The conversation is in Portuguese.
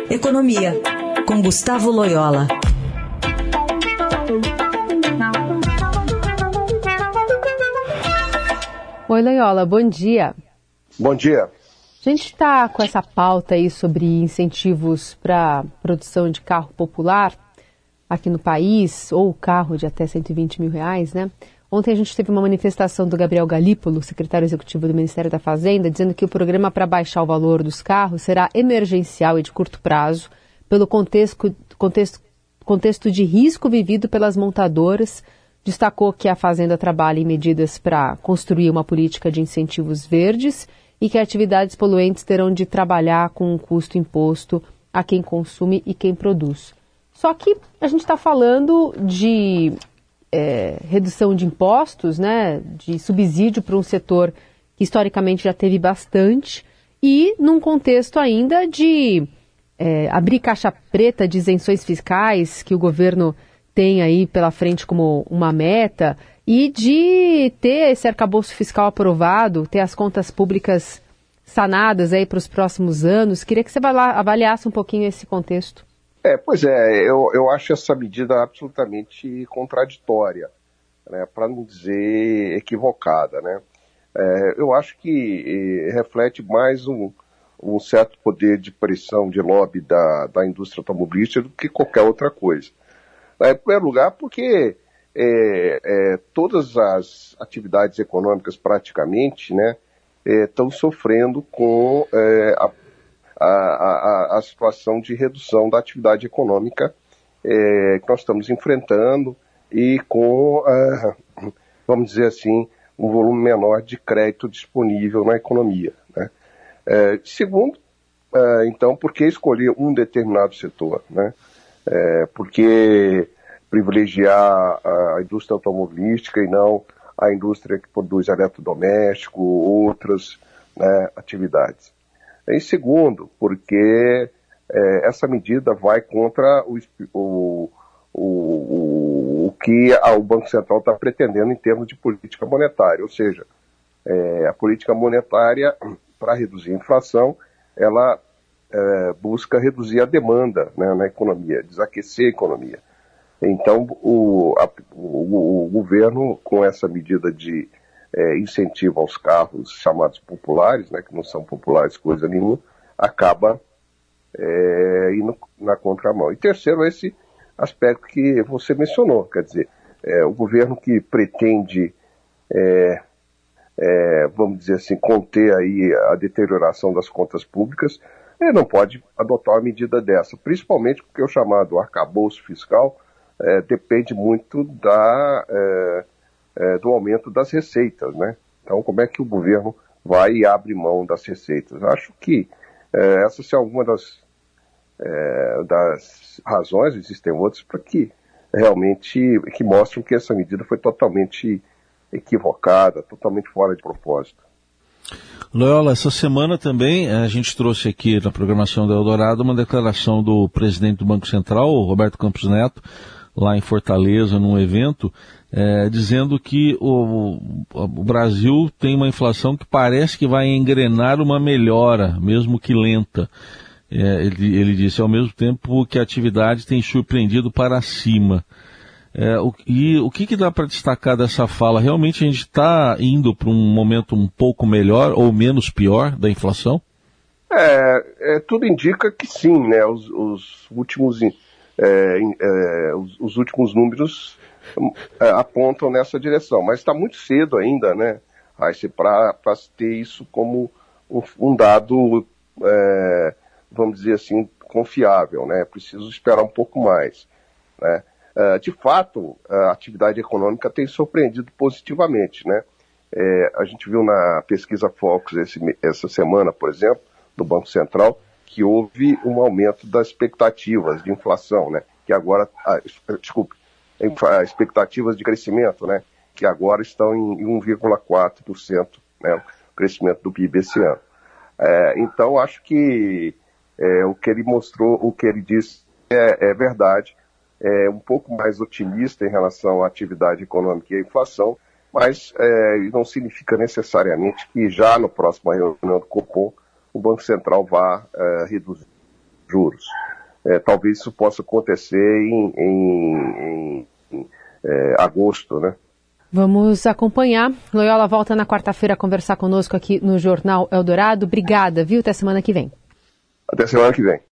Economia, com Gustavo Loyola. Oi, Loyola, bom dia. Bom dia. A gente está com essa pauta aí sobre incentivos para produção de carro popular aqui no país, ou carro de até R$120 mil, né? Ontem a gente teve uma manifestação do Gabriel Galípolo, secretário executivo do Ministério da Fazenda, dizendo que o programa para baixar o valor dos carros será emergencial e de curto prazo, pelo contexto de risco vivido pelas montadoras. Destacou que a Fazenda trabalha em medidas para construir uma política de incentivos verdes e que atividades poluentes terão de trabalhar com um custo imposto a quem consome e quem produz. Só que a gente está falando de redução de impostos, né, de subsídio para um setor que historicamente já teve bastante e num contexto ainda de abrir caixa preta de isenções fiscais que o governo tem aí pela frente como uma meta e de ter esse arcabouço fiscal aprovado, ter as contas públicas sanadas aí para os próximos anos. Queria que você avaliasse um pouquinho esse contexto. Pois é, eu acho essa medida absolutamente contraditória, né, para não dizer equivocada, né? Eu acho que reflete mais um certo poder de pressão, de lobby da indústria automobilística do que qualquer outra coisa. Em primeiro lugar, porque todas as atividades econômicas praticamente, né, estão sofrendo com a situação de redução da atividade econômica que nós estamos enfrentando e com, vamos dizer assim, um volume menor de crédito disponível na economia, né? Segundo, então, por que escolher um determinado setor, né? Por que privilegiar a indústria automobilística e não a indústria que produz eletrodoméstico ou outras, né, atividades? E segundo, porque essa medida vai contra o que o Banco Central está pretendendo em termos de política monetária. Ou seja, a política monetária, para reduzir a inflação, ela busca reduzir a demanda, né, na economia, desaquecer a economia. Então, o governo, com essa medida de incentivo aos carros chamados populares, né, que não são populares coisa nenhuma, acaba indo na contramão. E terceiro, esse aspecto que você mencionou, quer dizer, o governo que pretende, vamos dizer assim, conter aí a deterioração das contas públicas, não pode adotar uma medida dessa, principalmente porque o chamado arcabouço fiscal depende muito do aumento das receitas, né? Então, como é que o governo vai e abre mão das receitas? Acho que essa é alguma das razões, existem outras, para que realmente que mostram que essa medida foi totalmente equivocada, totalmente fora de propósito. Loyola, essa semana também a gente trouxe aqui na programação da Eldorado uma declaração do presidente do Banco Central, Roberto Campos Neto, lá em Fortaleza, num evento, dizendo que o Brasil tem uma inflação que parece que vai engrenar uma melhora, mesmo que lenta. Ele disse, ao mesmo tempo que a atividade tem surpreendido para cima. O que dá para destacar dessa fala? Realmente a gente está indo para um momento um pouco melhor ou menos pior da inflação? Tudo indica que sim, né? Os últimos números apontam nessa direção, mas está muito cedo ainda, né, para ter isso como um dado, vamos dizer assim, confiável, né? Preciso esperar um pouco mais, né? De fato, a atividade econômica tem surpreendido positivamente, né? A gente viu na pesquisa Focus essa semana, por exemplo, do Banco Central, que houve um aumento das expectativas de inflação, né? Que agora, expectativas de crescimento, né? Que agora estão em 1,4%, né? O crescimento do PIB esse ano. Então, acho que o que ele mostrou, o que ele disse é verdade, um pouco mais otimista em relação à atividade econômica e à inflação, mas não significa necessariamente que já no próximo reunião do Copom o Banco Central vá reduzir juros. Talvez isso possa acontecer em agosto, né? Vamos acompanhar. Loyola volta na quarta-feira a conversar conosco aqui no Jornal Eldorado. Obrigada, viu? Até semana que vem. Até semana que vem.